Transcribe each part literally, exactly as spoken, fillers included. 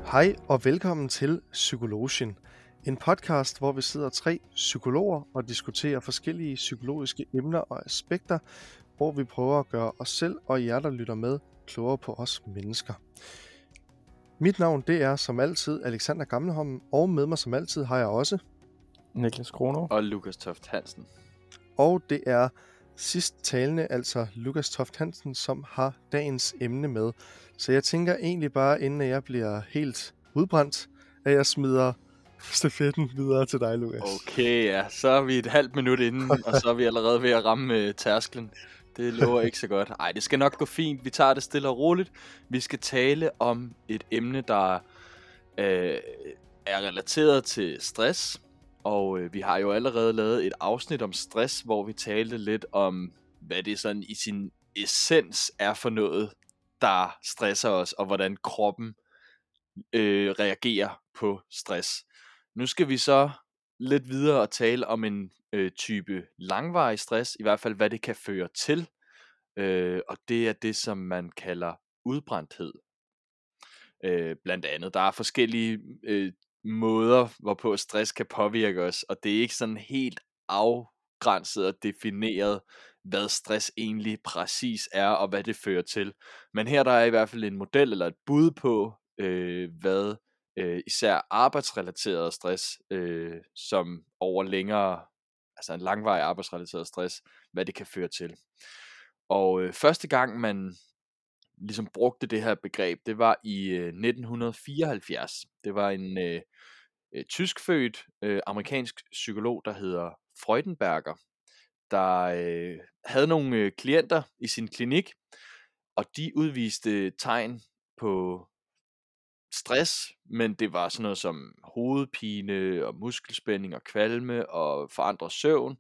Hej og velkommen til Psykologien, en podcast, hvor vi sidder tre psykologer og diskuterer forskellige psykologiske emner og aspekter, hvor vi prøver at gøre os selv og jer, der lytter med, klogere på os mennesker. Mit navn det er som altid Alexander Gamleholm, og med mig som altid har jeg også Niklas Krono og Lukas Toft Hansen. Og det er sidst talende, altså Lukas Toft Hansen, som har dagens emne med. Så jeg tænker egentlig bare, inden jeg bliver helt udbrændt, at jeg smider stafetten videre til dig, Lukas. Okay, ja. Så er vi et halvt minut inden, og så er vi allerede ved at ramme øh, tærsklen. Det lover ikke så godt. Ej, det skal nok gå fint. Vi tager det stille og roligt. Vi skal tale om et emne, der øh, er relateret til stress. Og øh, vi har jo allerede lavet et afsnit om stress, hvor vi talte lidt om, hvad det sådan i sin essens er for noget, der stresser os, og hvordan kroppen øh, reagerer på stress. Nu skal vi så lidt videre og tale om en øh, type langvarig stress, i hvert fald hvad det kan føre til, øh, og det er det, som man kalder udbrændthed. Øh, blandt andet. Der er forskellige øh, måder, hvorpå stress kan påvirke os, og det er ikke sådan helt afgrænset og defineret, hvad stress egentlig præcis er, og hvad det fører til. Men her der er i hvert fald en model eller et bud på, øh, hvad øh, især arbejdsrelateret stress, øh, som over længere, altså en langvarig arbejdsrelateret stress, hvad det kan føre til. Og øh, første gang man ligesom brugte det her begreb, det var i øh, nitten fireoghalvfjerds. Det var en øh, øh, tyskfødt øh, amerikansk psykolog, der hedder Freudenberger, der øh, havde nogle øh, klienter i sin klinik, og de udviste tegn på stress, men det var sådan noget som hovedpine og muskelspænding og kvalme og forandret søvn,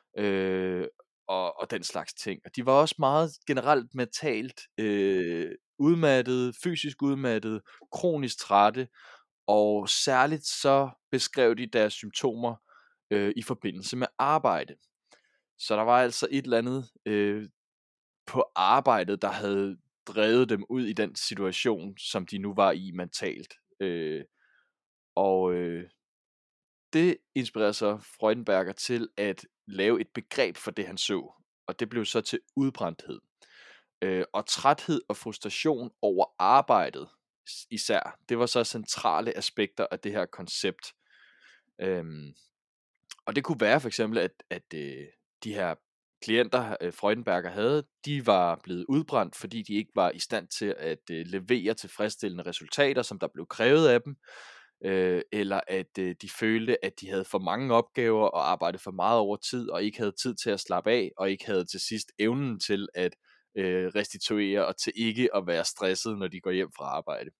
øh, og, og den slags ting. Og de var også meget generelt mentalt øh, udmattede, fysisk udmattede, kronisk trætte, og særligt så beskrev de deres symptomer øh, i forbindelse med arbejde. Så der var altså et eller andet øh, på arbejdet, der havde drevet dem ud i den situation, som de nu var i mentalt. Øh, og øh, det inspirerede så Freudenberger til at lave et begreb for det, han så. Og det blev så til udbrændthed. Øh, og træthed og frustration over arbejdet især, det var så centrale aspekter af det her koncept. Øhm, og det kunne være for eksempel, at, at øh, de her klienter, øh, Freudenberger havde, de var blevet udbrændt, fordi de ikke var i stand til at øh, levere tilfredsstillende resultater, som der blev krævet af dem, øh, eller at øh, de følte, at de havde for mange opgaver og arbejdede for meget over tid, og ikke havde tid til at slappe af, og ikke havde til sidst evnen til at øh, restituere, og til ikke at være stresset, når de går hjem fra arbejde.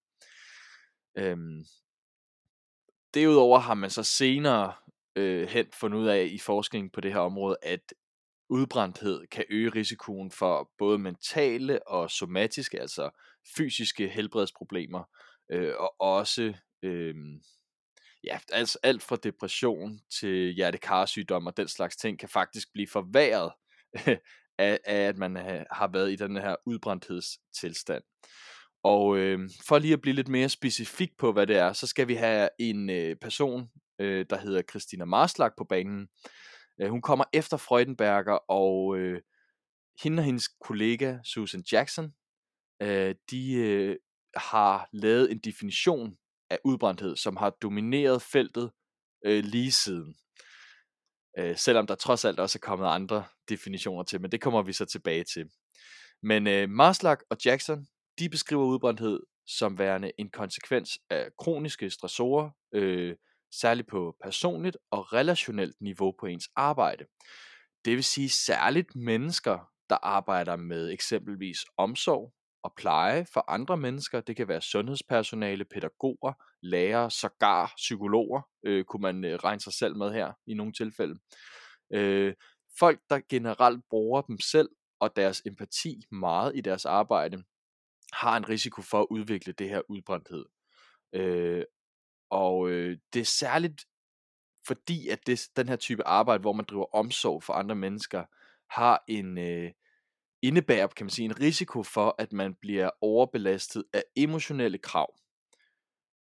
Øhm, Derudover har man så senere øh, hen fundet ud af i forskningen på det her område, at udbrændthed kan øge risikoen for både mentale og somatiske, altså fysiske helbredsproblemer, øh, og også øh, ja, altså alt fra depression til hjertekarsygdom og den slags ting kan faktisk blive forværret af, af at man har været i den her udbrændthedstilstand. Og øh, for lige at blive lidt mere specifik på, hvad det er, så skal vi have en øh, person, øh, der hedder Christina Marslak på banen. Øh, hun kommer efter Freudenberger, og øh, hende og hendes kollega Susan Jackson, øh, de øh, har lavet en definition af udbrændthed, som har domineret feltet øh, lige siden. Øh, selvom der trods alt også er kommet andre definitioner til, men det kommer vi så tilbage til. Men øh, Marslak og Jackson, de beskriver udbrændthed som værende en konsekvens af kroniske stressorer, øh, særligt på personligt og relationelt niveau på ens arbejde. Det vil sige særligt mennesker, der arbejder med eksempelvis omsorg og pleje for andre mennesker. Det kan være sundhedspersonale, pædagoger, lærere, sågar psykologer, øh, kunne man øh, regne sig selv med her i nogle tilfælde. Øh, folk, der generelt bruger dem selv og deres empati meget i deres arbejde, har en risiko for at udvikle det her udbrændthed. Øh, og øh, det er særligt fordi, at det, den her type arbejde, hvor man driver omsorg for andre mennesker, har en øh, indebærer, kan man sige, en risiko for, at man bliver overbelastet af emotionelle krav.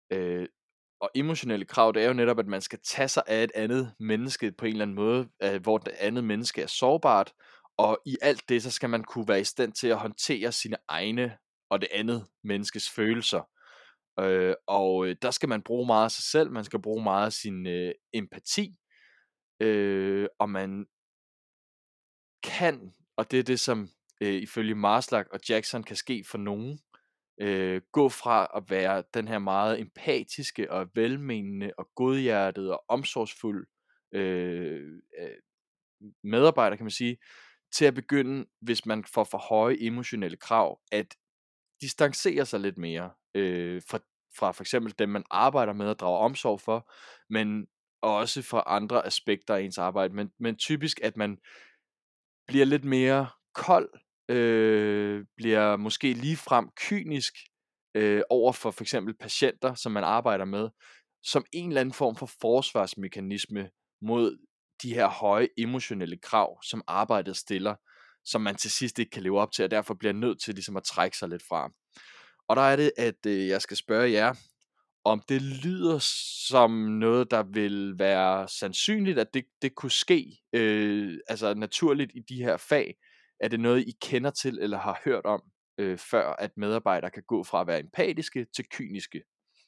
Øh, og emotionelle krav, det er jo netop, at man skal tage sig af et andet menneske på en eller anden måde, øh, hvor det andet menneske er sårbart, og i alt det, så skal man kunne være i stand til at håndtere sine egne og det andet menneskes følelser. Øh, og øh, der skal man bruge meget af sig selv, man skal bruge meget af sin øh, empati, øh, og man kan, og det er det, som øh, ifølge Maslach og Jackson kan ske for nogen, øh, gå fra at være den her meget empatiske og velmenende og godhjertede og omsorgsfuld øh, øh, medarbejder, kan man sige, til at begynde, hvis man får for høje emotionelle krav, at distancere sig lidt mere øh, fra, fra for eksempel dem, man arbejder med og drager omsorg for, men også for andre aspekter af ens arbejde. Men, men typisk, at man bliver lidt mere kold, øh, bliver måske ligefrem kynisk øh, over for for eksempel patienter, som man arbejder med, som en eller anden form for forsvarsmekanisme mod de her høje emotionelle krav, som arbejdet stiller, som man til sidst ikke kan leve op til, og derfor bliver nødt til ligesom at trække sig lidt fra. Og der er det, at øh, jeg skal spørge jer, om det lyder som noget, der vil være sandsynligt, at det, det kunne ske, øh, altså naturligt i de her fag. Er det noget, I kender til eller har hørt om, øh, før at medarbejdere kan gå fra at være empatiske til kyniske?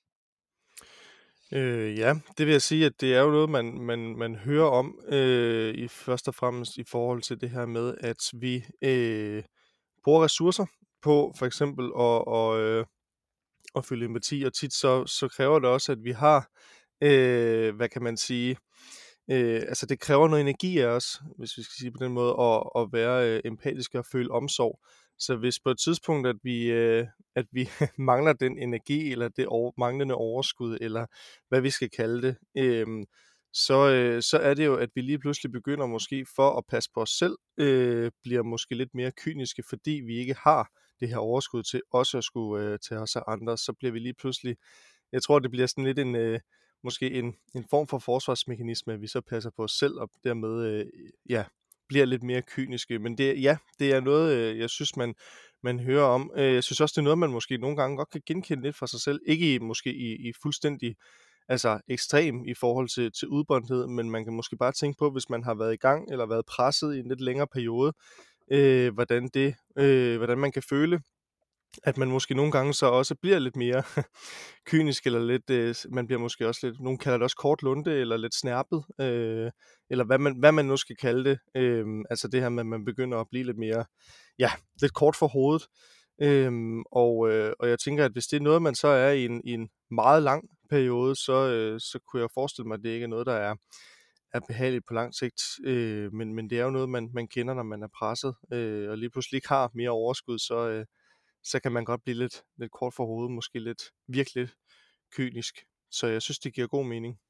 Øh, ja, det vil jeg sige, at det er jo noget, man, man, man hører om, øh, i først og fremmest i forhold til det her med, at vi øh, bruger ressourcer på for eksempel at, og, øh, at føle empati, og tit så, så kræver det også, at vi har, øh, hvad kan man sige, øh, altså det kræver noget energi af os, hvis vi skal sige på den måde, at, at være øh, empatiske og føle omsorg. Så hvis på et tidspunkt, at vi, øh, at vi mangler den energi, eller det over, manglende overskud, eller hvad vi skal kalde det, øh, så, øh, så er det jo, at vi lige pludselig begynder måske for at passe på os selv, øh, bliver måske lidt mere kyniske, fordi vi ikke har det her overskud til også at skulle øh, tage os af andre, så bliver vi lige pludselig, jeg tror, det bliver sådan lidt en, øh, måske en, en form for forsvarsmekanisme, at vi så passer på os selv, og dermed, øh, ja, bliver lidt mere kyniske. Men det, ja, det er noget, øh, jeg synes, man, man hører om. Øh, jeg synes også, det er noget, man måske nogle gange godt kan genkende lidt fra sig selv. Ikke i, måske i, i fuldstændig altså ekstrem i forhold til, til udbrændthed, men man kan måske bare tænke på, hvis man har været i gang, eller været presset i en lidt længere periode, øh, hvordan, det, øh, hvordan man kan føle, at man måske nogle gange så også bliver lidt mere kynisk, eller lidt, øh, man bliver måske også lidt, nogen kalder det også kort lunte, eller lidt snærpet, øh, eller hvad man, hvad man nu skal kalde det, øh, altså det her med, at man begynder at blive lidt mere, ja, lidt kort for hovedet, øh, og, øh, og jeg tænker, at hvis det er noget, man så er i en, i en meget lang periode, så, øh, så kunne jeg forestille mig, at det ikke er noget, der er, er behageligt på lang sigt, øh, men, men det er jo noget, man, man kender, når man er presset, øh, og lige pludselig ikke har mere overskud, så, øh, så kan man godt blive lidt, lidt kort for hovedet, måske lidt virkelig kynisk. Så jeg synes, det giver god mening.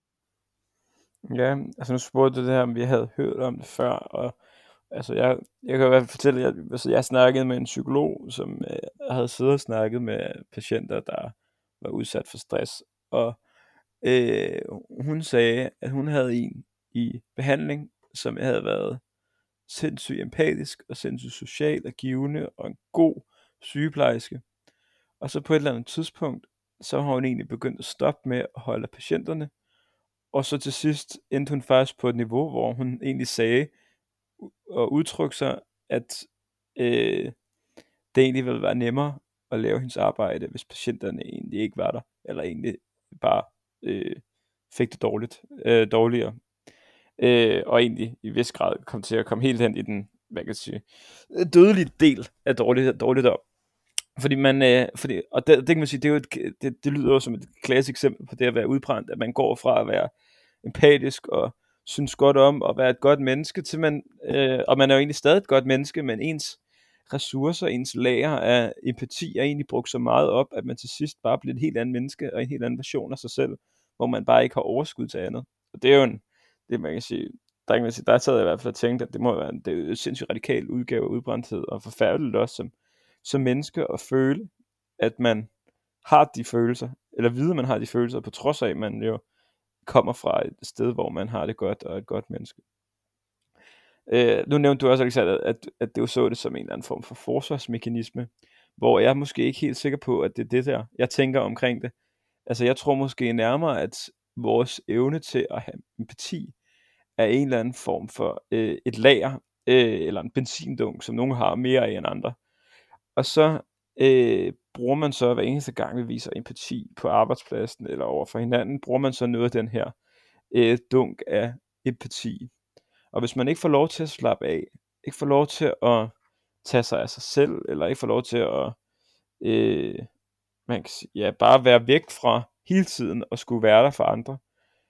Ja, altså nu spurgte du det her, om vi havde hørt om det før, og altså jeg, jeg kan i hvert fald fortælle, at jeg, altså jeg snakkede med en psykolog, som øh, havde siddet og snakket med patienter, der var udsat for stress, og øh, hun sagde, at hun havde en i behandling, som havde været sindssygt empatisk og sindssygt social og givende og en god sygeplejerske. Og så på et eller andet tidspunkt, så har hun egentlig begyndt at stoppe med at holde af patienterne, og så til sidst endte hun faktisk på et niveau, hvor hun egentlig sagde og udtrykte sig, at øh, det egentlig ville være nemmere at lave hendes arbejde, hvis patienterne egentlig ikke var der, eller egentlig bare øh, fik det dårligt, øh, dårligere. Øh, og egentlig i vis grad kom til at komme helt hen i den, hvad kan jeg sige, dødelige del af dårlighed, dårligdom. Fordi man, øh, fordi, og det, det kan man sige, det, er jo et, det, det lyder jo som et klassisk eksempel på det at være udbrændt, at man går fra at være empatisk og synes godt om at være et godt menneske, til man, øh, og man er jo egentlig stadig et godt menneske, men ens ressourcer, ens lager af empati er egentlig brugt så meget op, at man til sidst bare bliver et helt andet menneske, og en helt anden version af sig selv, hvor man bare ikke har overskud til andet. Og det er jo en, det man kan sige, der, kan man sige, der sad jeg i hvert fald og tænkte, at det må være en, det er jo en sindssygt radikal udgave af udbrændthed, og forfærdeligt også som, som menneske at føle, at man har de følelser, eller vide, at man har de følelser, på trods af, at man jo kommer fra et sted, hvor man har det godt, og et godt menneske. Øh, nu nævnte du også, Alexander, at, at det jo så det som en eller anden form for forsvarsmekanisme, hvor jeg er måske ikke helt sikker på, at det er det der, jeg tænker omkring det, Altså jeg tror måske nærmere, at vores evne til at have empati er en eller anden form for øh, et lager, øh, eller en benzindunk, som nogen har mere af end andre. Og så øh, bruger man så hver eneste gang, vi viser empati på arbejdspladsen eller over for hinanden, bruger man så noget af den her øh, dunk af empati. Og hvis man ikke får lov til at slappe af, ikke får lov til at tage sig af sig selv, eller ikke får lov til at øh, man kan sige, ja, bare være væk fra hele tiden og skulle være der for andre,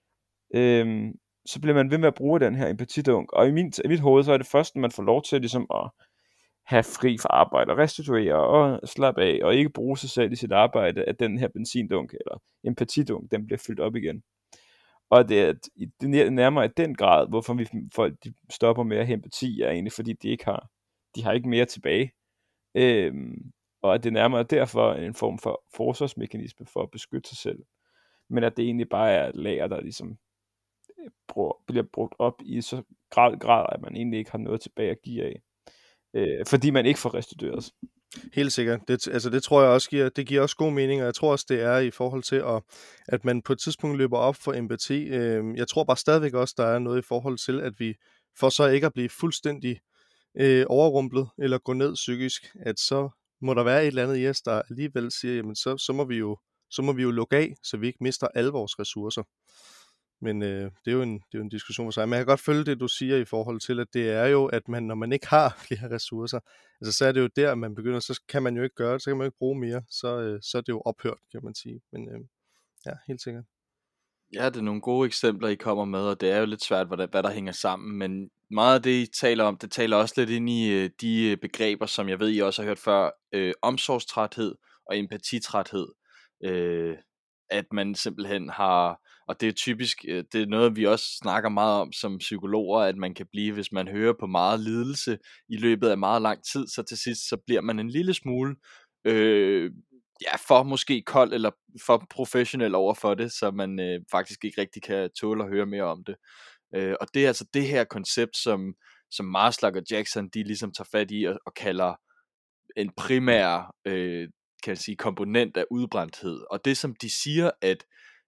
øh, så bliver man ved med at bruge den her empatidunk. Og i, min, i mit hoved, så er det først, når man får lov til ligesom at have fri fra arbejde og restituere og slappe af og ikke bruge sig selv i sit arbejde, at den her benzindunk eller empatidunk, den bliver fyldt op igen. Og det er, det er nærmere i den grad, hvorfor vi, folk de stopper med at have empati, er egentlig fordi de ikke har, de har ikke mere tilbage. Øhm, og at det nærmere derfor en form for forsvarsmekanisme for at beskytte sig selv. Men at det egentlig bare er et lager, der ligesom bruger, bliver brugt op i så grad, grad, at man egentlig ikke har noget tilbage at give af. Øh, fordi man ikke får restitueret. Helt sikkert. Det, altså det tror jeg også giver, det giver også god mening, og jeg tror også, det er i forhold til, at, at man på et tidspunkt løber op for empati. Øh, jeg tror bare stadigvæk også, der er noget i forhold til, at vi for så ikke at blive fuldstændig øh, overrumplet eller gå ned psykisk, at så må der være et eller andet i os, der alligevel siger, jamen så, så, må vi jo, så må vi jo lukke af, så vi ikke mister alle vores ressourcer. Men øh, det er jo en, det er jo en diskussion for sig. Men jeg kan godt følge det, du siger i forhold til, at det er jo, at man, når man ikke har flere ressourcer, altså så er det jo der, man begynder, så kan man jo ikke gøre det, så kan man jo ikke bruge mere, så, øh, så er det jo ophørt, kan man sige. Men øh, ja, helt sikkert. Ja, det er nogle gode eksempler, I kommer med, og det er jo lidt svært, hvad der, hvad der hænger sammen, men meget af det, I taler om, det taler også lidt ind i øh, de begreber, som jeg ved, I også har hørt før, øh, omsorgstræthed og empatitræthed, øh, at man simpelthen har, og det er typisk, øh, det er noget, vi også snakker meget om som psykologer, at man kan blive, hvis man hører på meget lidelse i løbet af meget lang tid, så til sidst, så bliver man en lille smule øh, ja, for måske kold eller for professionel over for det, så man øh, faktisk ikke rigtig kan tåle at høre mere om det. Øh, og det er altså det her koncept, som, som Maslach og Jackson, de ligesom tager fat i og, og kalder en primær øh, kan jeg sige, komponent af udbrændthed. Og det som de siger, at,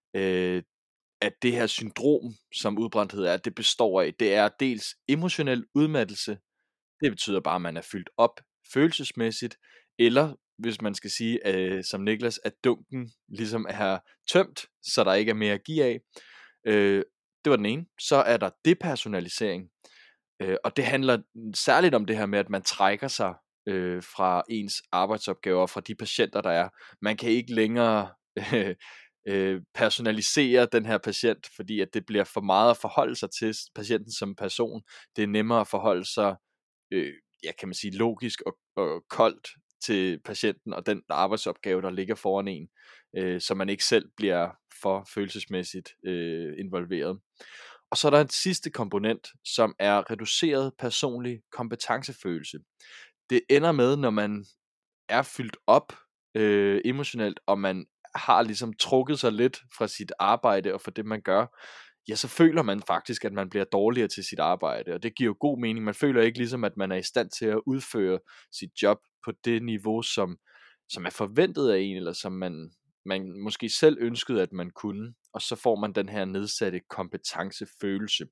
øh, at det her syndrom, som udbrændthed er, det består af, det er dels emotionel udmattelse. Det betyder bare, at man er fyldt op følelsesmæssigt, eller hvis man skal sige, øh, som Niklas, at dunken ligesom er tømt, så der ikke er mere at give af. Øh, det var den ene. Så er der depersonalisering, øh, og det handler særligt om det her med, at man trækker sig øh, fra ens arbejdsopgaver, fra de patienter, der er. Man kan ikke længere øh, øh, personalisere den her patient, fordi at det bliver for meget at forholde sig til patienten som person. Det er nemmere at forholde sig øh, ja, kan man sige, logisk og, og koldt til patienten og den arbejdsopgave, der ligger foran en, øh, så man ikke selv bliver for følelsesmæssigt øh, involveret. Og så er der en sidste komponent, som er reduceret personlig kompetencefølelse. Det ender med, når man er fyldt op øh, emotionelt, og man har ligesom trukket sig lidt fra sit arbejde og fra det, man gør, ja, så føler man faktisk, at man bliver dårligere til sit arbejde, og det giver jo god mening. Man føler ikke ligesom, at man er i stand til at udføre sit job på det niveau, som, som er forventet af en, eller som man, man måske selv ønskede, at man kunne, og så får man den her nedsatte kompetencefølelse.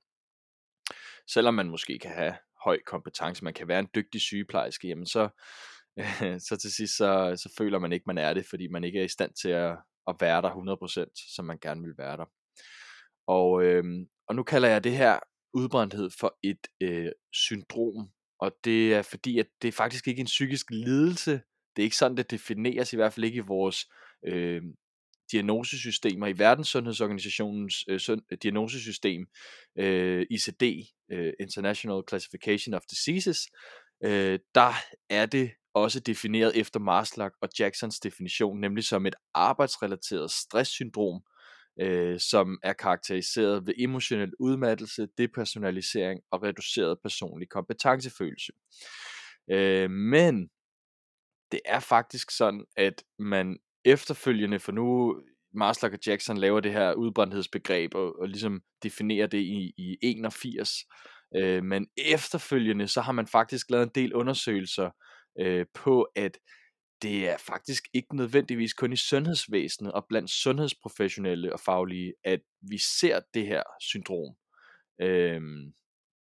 Selvom man måske kan have høj kompetence, man kan være en dygtig sygeplejerske, jamen så, øh, så til sidst, så, så føler man ikke, man er det, fordi man ikke er i stand til at, at være der hundrede procent, som man gerne vil være der. Og, øh, og nu kalder jeg det her udbrændthed for et øh, syndrom, og det er fordi, at det er faktisk ikke en psykisk lidelse. Det er ikke sådan, det defineres, i hvert fald ikke i vores øh, diagnosesystemer. I Verdenssundhedsorganisationens øh, diagnosesystem, øh, I C D, øh, International Classification of Diseases, øh, der er det også defineret efter Maslach og Jacksons definition, nemlig som et arbejdsrelateret stresssyndrom, øh, som er karakteriseret ved emotionel udmattelse, depersonalisering og reduceret personlig kompetencefølelse. Øh, men det er faktisk sådan, at man efterfølgende, for nu Maslach og Jackson laver det her udbrændthedsbegreb og, og ligesom definerer det i, i enogfirs, øh, men efterfølgende så har man faktisk lavet en del undersøgelser øh, på, at det er faktisk ikke nødvendigvis kun i sundhedsvæsenet og blandt sundhedsprofessionelle og faglige, at vi ser det her syndrom. Øhm,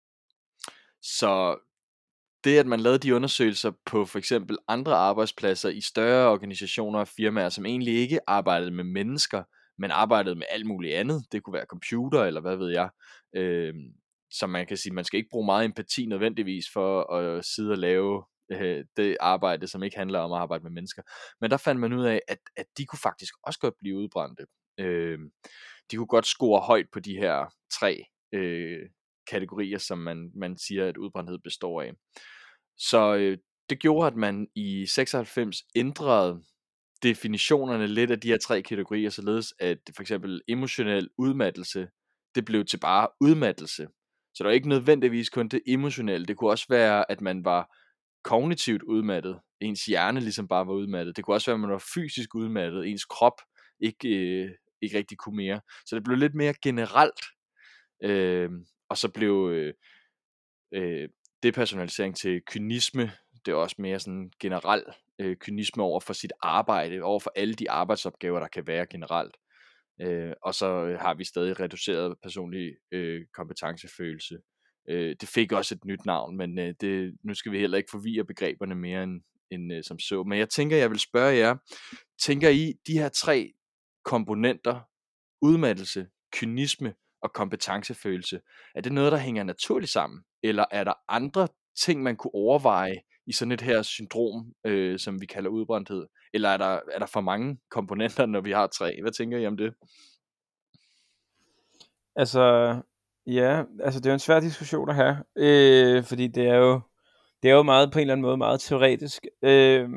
så det, at man lavede de undersøgelser på for eksempel andre arbejdspladser i større organisationer og firmaer, som egentlig ikke arbejdede med mennesker, men arbejdede med alt muligt andet. Det kunne være computer, eller hvad ved jeg. Øhm, så man kan sige, man skal ikke bruge meget empati nødvendigvis for at sidde og lave øh, det arbejde, som ikke handler om at arbejde med mennesker. Men der fandt man ud af, at, at de kunne faktisk også godt blive udbrændte. Øhm, de kunne godt score højt på de her tre øh, kategorier, som man, man siger, at udbrændthed består af. Så øh, det gjorde, at man i seksoghalvfems ændrede definitionerne lidt af de her tre kategorier, således at for eksempel emotionel udmattelse, det blev til bare udmattelse. Så der var ikke nødvendigvis kun det emotionelle. Det kunne også være, at man var kognitivt udmattet. Ens hjerne ligesom bare var udmattet. Det kunne også være, at man var fysisk udmattet. Ens krop ikke, øh, ikke rigtig kunne mere. Så det blev lidt mere generelt. Øh, og så blev øh, øh, depersonalisering til kynisme. Det er også mere sådan generel øh, kynisme over for sit arbejde, over for alle de arbejdsopgaver, der kan være generelt. Øh, og så har vi stadig reduceret personlig øh, kompetencefølelse. Øh, det fik også et nyt navn, men øh, det, nu skal vi heller ikke forvirre begreberne mere end, end øh, som så. Men jeg tænker, jeg vil spørge jer, tænker I de her tre komponenter, udmattelse, kynisme og kompetencefølelse, er det noget, der hænger naturligt sammen? Eller er der andre ting, man kunne overveje i sådan et her syndrom, øh, som vi kalder udbrændthed? Eller er der, er der for mange komponenter, når vi har tre? Hvad tænker I om det? Altså, ja, altså det er jo en svær diskussion at have, øh, fordi det er jo, det er jo meget på en eller anden måde meget teoretisk. Øh,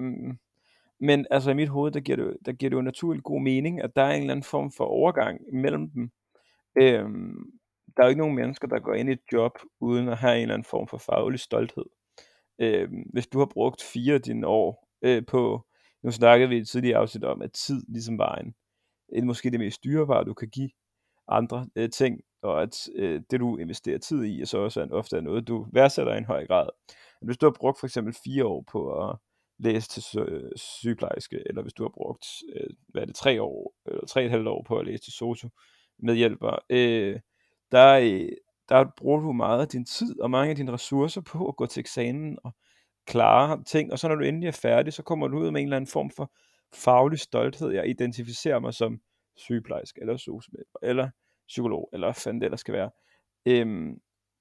men altså i mit hoved, der giver, det, der giver det jo naturligt god mening, at der er en eller anden form for overgang mellem dem. Øh, der er jo ikke nogen mennesker, der går ind i et job, uden at have en eller anden form for faglig stolthed. Øh, hvis du har brugt fire af dine år øh, på, nu snakkede vi i et tidligere afsnit om, at tid ligesom var en, en måske det mest dyrebare, du kan give andre øh, ting, og at øh, det du investerer tid i, er så også en, ofte er noget, du værdsætter i en høj grad. Og hvis du har brugt for eksempel fire år på at læse til øh, sygeplejerske, eller hvis du har brugt, øh, hvad er det, tre år, eller tre og et halvt år på at læse til sosu medhjælper, øh, der, øh, der bruger du meget af din tid, og mange af dine ressourcer på at gå til eksamen, og klare ting, og så når du endelig er færdig, så kommer du ud med en eller anden form for faglig stolthed. Jeg identificerer mig som sygeplejerske, eller sosu-medhjælper, eller psykolog, eller hvad fanden det ellers skal være. Øhm,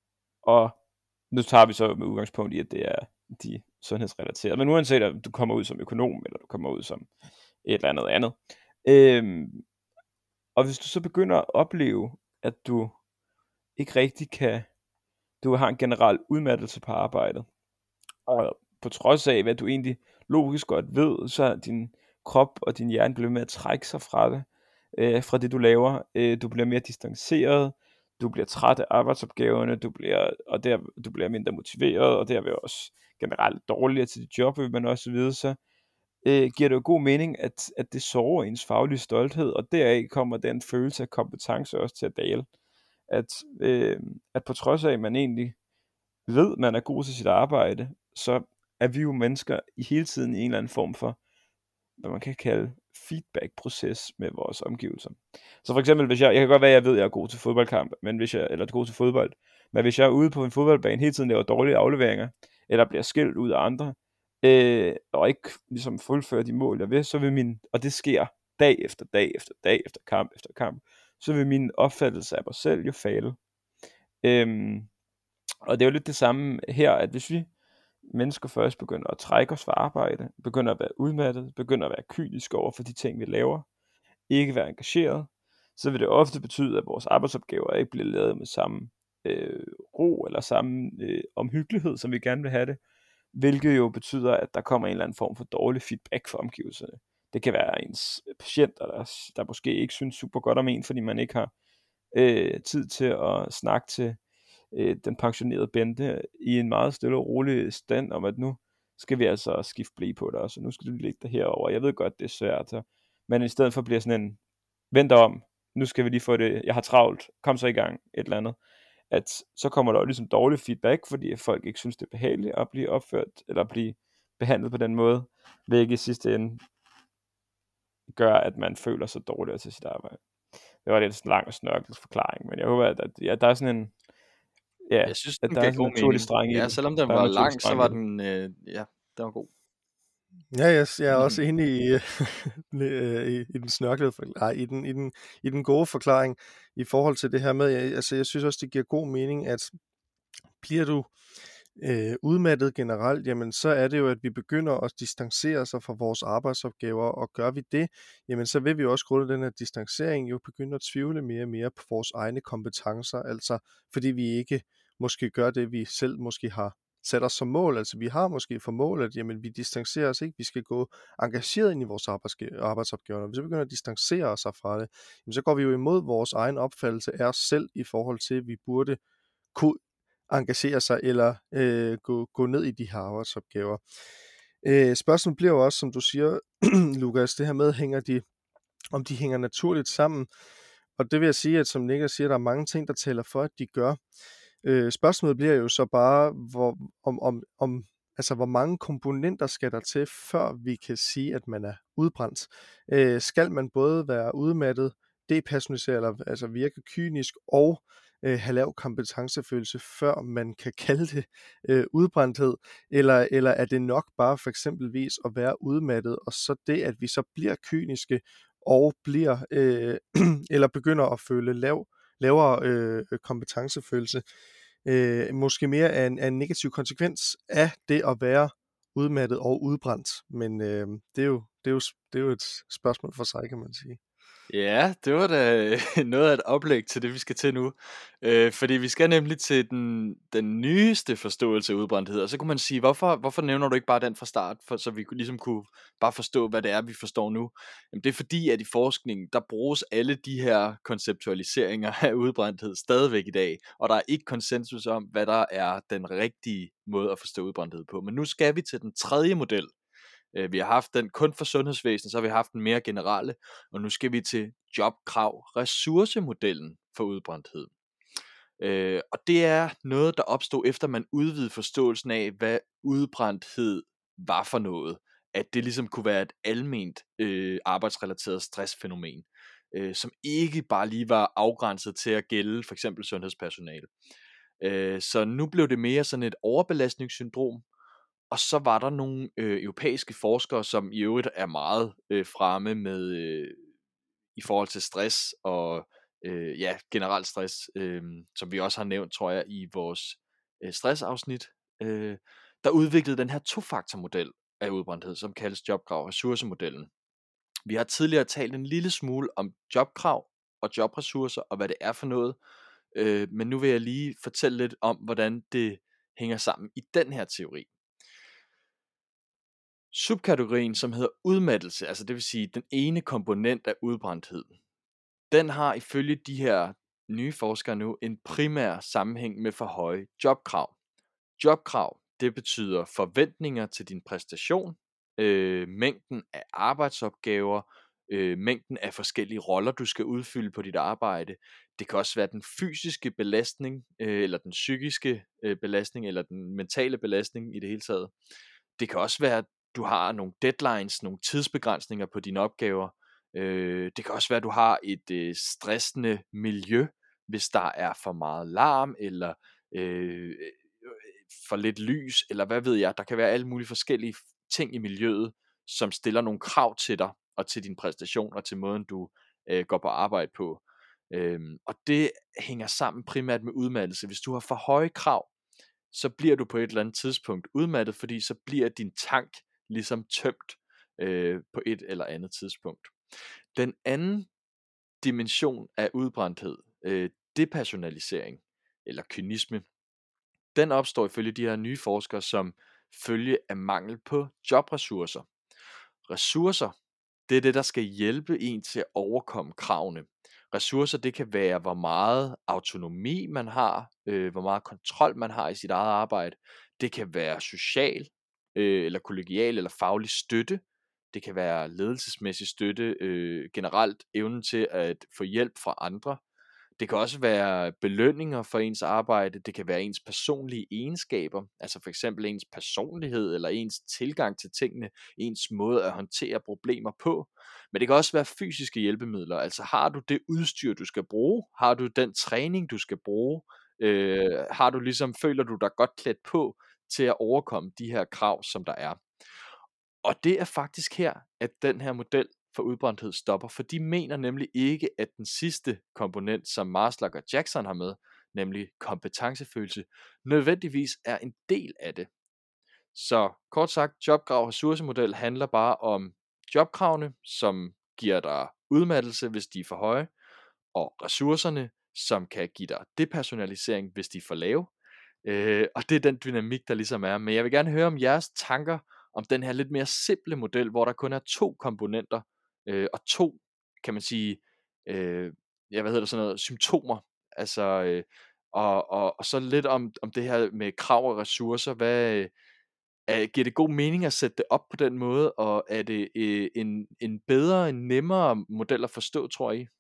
og nu tager vi så med udgangspunkt i, at det er de sundhedsrelaterede. Men uanset at du kommer ud som økonom, eller du kommer ud som et eller andet andet. Øhm, og hvis du så begynder at opleve, at du ikke rigtig kan, du har en generel udmattelse på arbejdet, og på trods af, hvad du egentlig logisk godt ved, så er din krop og din hjerne bliver med at trække sig fra det, øh, fra det du laver. Øh, du bliver mere distanceret, du bliver træt af arbejdsopgaverne, du bliver, og der, du bliver mindre motiveret, og derved også generelt dårligere til dit job, vil man også vide, så øh, giver det jo god mening, at, at det sårer ens faglige stolthed, og deraf kommer den følelse af kompetence også til at dale. At, øh, at på trods af, at man egentlig ved, at man er god til sit arbejde, så er vi jo mennesker i hele tiden i en eller anden form for, hvad man kan kalde feedback-proces med vores omgivelser. Så for eksempel, hvis jeg, jeg kan godt være, at jeg ved, at jeg er god til fodboldkamp, men hvis jeg, eller er god til fodbold, men hvis jeg er ude på en fodboldbane hele tiden laver dårlige afleveringer, eller bliver skilt ud af andre, øh, og ikke ligesom fuldfører de mål, jeg vil, så vil min, og det sker dag efter dag efter dag efter kamp efter kamp, så vil min opfattelse af mig selv jo falde. Øhm, og det er jo lidt det samme her, at hvis vi mennesker først begynder at trække os fra arbejde, begynder at være udmattet, begynder at være kyniske over for de ting, vi laver, ikke være engageret, så vil det ofte betyde, at vores arbejdsopgaver ikke bliver lavet med samme øh, ro eller samme øh, omhyggelighed, som vi gerne vil have det, hvilket jo betyder, at der kommer en eller anden form for dårlig feedback fra omgivelserne. Det kan være ens patienter, der, der måske ikke synes super godt om en, fordi man ikke har øh, tid til at snakke til øh, den pensionerede Bente i en meget stille og rolig stand om, at nu skal vi altså skifte blæ på dig, så nu skal du ligge dig herover. Jeg ved godt, det er svært, men i stedet for bliver sådan en, vent om, nu skal vi lige få det, jeg har travlt, kom så i gang, et eller andet. At så kommer der jo ligesom dårlig feedback, fordi folk ikke synes, det er behageligt at blive opført, eller blive behandlet på den måde, hvilket i sidste ende gør, at man føler sig dårligere til sit arbejde. Det var lidt en lang og snørklet forklaring, men jeg håber, at, at ja, der er sådan en, ja, Jeg synes, at den der er gav sådan en god naturlig mening. streng i Ja, det. selvom den Der er en var naturlig lang, så streng var i det. den, øh, ja, den var god. Ja, jeg, jeg er også enig i, øh, i, i den snørklede forklaring, i den, i, den, i den gode forklaring i forhold til det her med, jeg, altså jeg synes også, det giver god mening, at bliver du øh, udmattet generelt, jamen så er det jo, at vi begynder at distancere sig fra vores arbejdsopgaver, og gør vi det, jamen så vil vi også grundet den her distancering jo begynde at tvivle mere og mere på vores egne kompetencer, altså fordi vi ikke måske gør det, vi selv måske har sat os som mål, altså vi har måske for mål, at jamen, vi distancerer os ikke, vi skal gå engageret ind i vores arbejdsopgaver. Når vi så begynder at distancere os fra det, jamen, så går vi jo imod vores egen opfattelse af os selv i forhold til, at vi burde kunne engagere sig eller øh, gå, gå ned i de her arbejdsopgaver. Øh, spørgsmålet bliver jo også, som du siger, Lukas, det her med, hænger de, om de hænger naturligt sammen. Og det vil jeg sige, at som Niklas siger, der er mange ting, der taler for, at de gør. Øh, spørgsmålet bliver jo så bare, hvor, om, om, om, altså, hvor mange komponenter skal der til, før vi kan sige, at man er udbrændt. Øh, skal man både være udmattet, depersonaliseret, eller altså virke kynisk, og øh, have lav kompetencefølelse, før man kan kalde det øh, udbrændthed, eller, eller er det nok bare for eksempelvis at være udmattet, og så det, at vi så bliver kyniske, og bliver, øh, eller begynder at føle lav, lavere øh, kompetencefølelse, øh, måske mere af en, af en negativ konsekvens af det at være udmattet og udbrændt. Men øh, det, er jo, det, er jo, det er jo et spørgsmål for sig, kan man sige. Ja, det var da noget af et oplæg til det, vi skal til nu. Øh, fordi vi skal nemlig til den, den nyeste forståelse af udbrændthed. Og så kunne man sige, hvorfor, hvorfor nævner du ikke bare den fra start, for, så vi ligesom kunne bare forstå, hvad det er, vi forstår nu. Jamen, det er fordi, at i forskningen, der bruges alle de her konceptualiseringer af udbrændthed stadigvæk i dag. Og der er ikke konsensus om, hvad der er den rigtige måde at forstå udbrændthed på. Men nu skal vi til den tredje model. Vi har haft den kun for sundhedsvæsenet, så har vi haft den mere generelle, og nu skal vi til jobkrav ressourcemodellen for udbrændthed. Øh, og det er noget, der opstod efter man udvidede forståelsen af, hvad udbrændthed var for noget. At det ligesom kunne være et alment øh, arbejdsrelateret stressfænomen, øh, som ikke bare lige var afgrænset til at gælde for eksempel sundhedspersonale. Øh, så nu blev det mere sådan et overbelastningssyndrom. Og så var der nogle øh, europæiske forskere, som i øvrigt er meget øh, fremme med øh, i forhold til stress og øh, ja, generelt stress, øh, som vi også har nævnt, tror jeg, i vores øh, stressafsnit, øh, der udviklede den her tofaktormodel af udbrændthed, som kaldes jobkrav ressourcemodellen. Vi har tidligere talt en lille smule om jobkrav og jobressourcer og hvad det er for noget, øh, men nu vil jeg lige fortælle lidt om, hvordan det hænger sammen i den her teori. Subkategorien, som hedder udmattelse, altså det vil sige den ene komponent af udbrændthed, den har ifølge de her nye forskere nu en primær sammenhæng med for høje jobkrav. Jobkrav, det betyder forventninger til din præstation, øh, mængden af arbejdsopgaver, øh, mængden af forskellige roller, du skal udfylde på dit arbejde. Det kan også være den fysiske belastning, øh, eller den psykiske øh, belastning, eller den mentale belastning i det hele taget. Det kan også være, at du har nogle deadlines, nogle tidsbegrænsninger på dine opgaver. Øh, det kan også være, at du har et øh, stressende miljø, hvis der er for meget larm, eller øh, for lidt lys, eller hvad ved jeg. Der kan være alle mulige forskellige ting i miljøet, som stiller nogle krav til dig, og til din præstation, og til måden, du øh, går på arbejde på. Øhm, og det hænger sammen primært med udmattelse. Hvis du har for høje krav, så bliver du på et eller andet tidspunkt udmattet, fordi så bliver din tank ligesom tømt øh, på et eller andet tidspunkt. Den anden dimension af udbrændthed, øh, depersonalisering eller kynisme, den opstår ifølge de her nye forskere som følge af mangel på jobressourcer. Ressourcer, det er det, der skal hjælpe en til at overkomme kravene. Ressourcer, det kan være, hvor meget autonomi man har, øh, hvor meget kontrol man har i sit eget arbejde. Det kan være social, øh, eller kollegial, eller faglig støtte. Det kan være ledelsesmæssig støtte, øh, generelt evnen til at få hjælp fra andre. det kan også være belønninger for ens arbejde, det kan være ens personlige egenskaber, altså for eksempel ens personlighed, eller ens tilgang til tingene, ens måde at håndtere problemer på. Men det kan også være fysiske hjælpemidler, altså har du det udstyr, du skal bruge, har du den træning, du skal bruge, øh, har du ligesom, føler du dig godt klædt på til at overkomme de her krav, som der er. Og det er faktisk her, at den her model for udbrændthed stopper, for de mener nemlig ikke, at den sidste komponent, som Maslach og Jackson har med, nemlig kompetencefølelse, nødvendigvis er en del af det. Så kort sagt, jobkrav- og ressourcemodel handler bare om jobkravene, som giver dig udmattelse, hvis de er for høje, og ressourcerne, som kan give dig depersonalisering, hvis de er for lave. Øh, og det er den dynamik, der ligesom er. Men jeg vil gerne høre om jeres tanker om den her lidt mere simple model, hvor der kun er to komponenter, øh, og to, kan man sige, øh, ja, hvad hedder det, sådan noget, symptomer. Altså, øh, og, og, og så lidt om, om det her med krav og ressourcer. Hvad, øh, er, giver det god mening at sætte det op på den måde, og er det øh, en, en bedre, en nemmere model at forstå, tror I?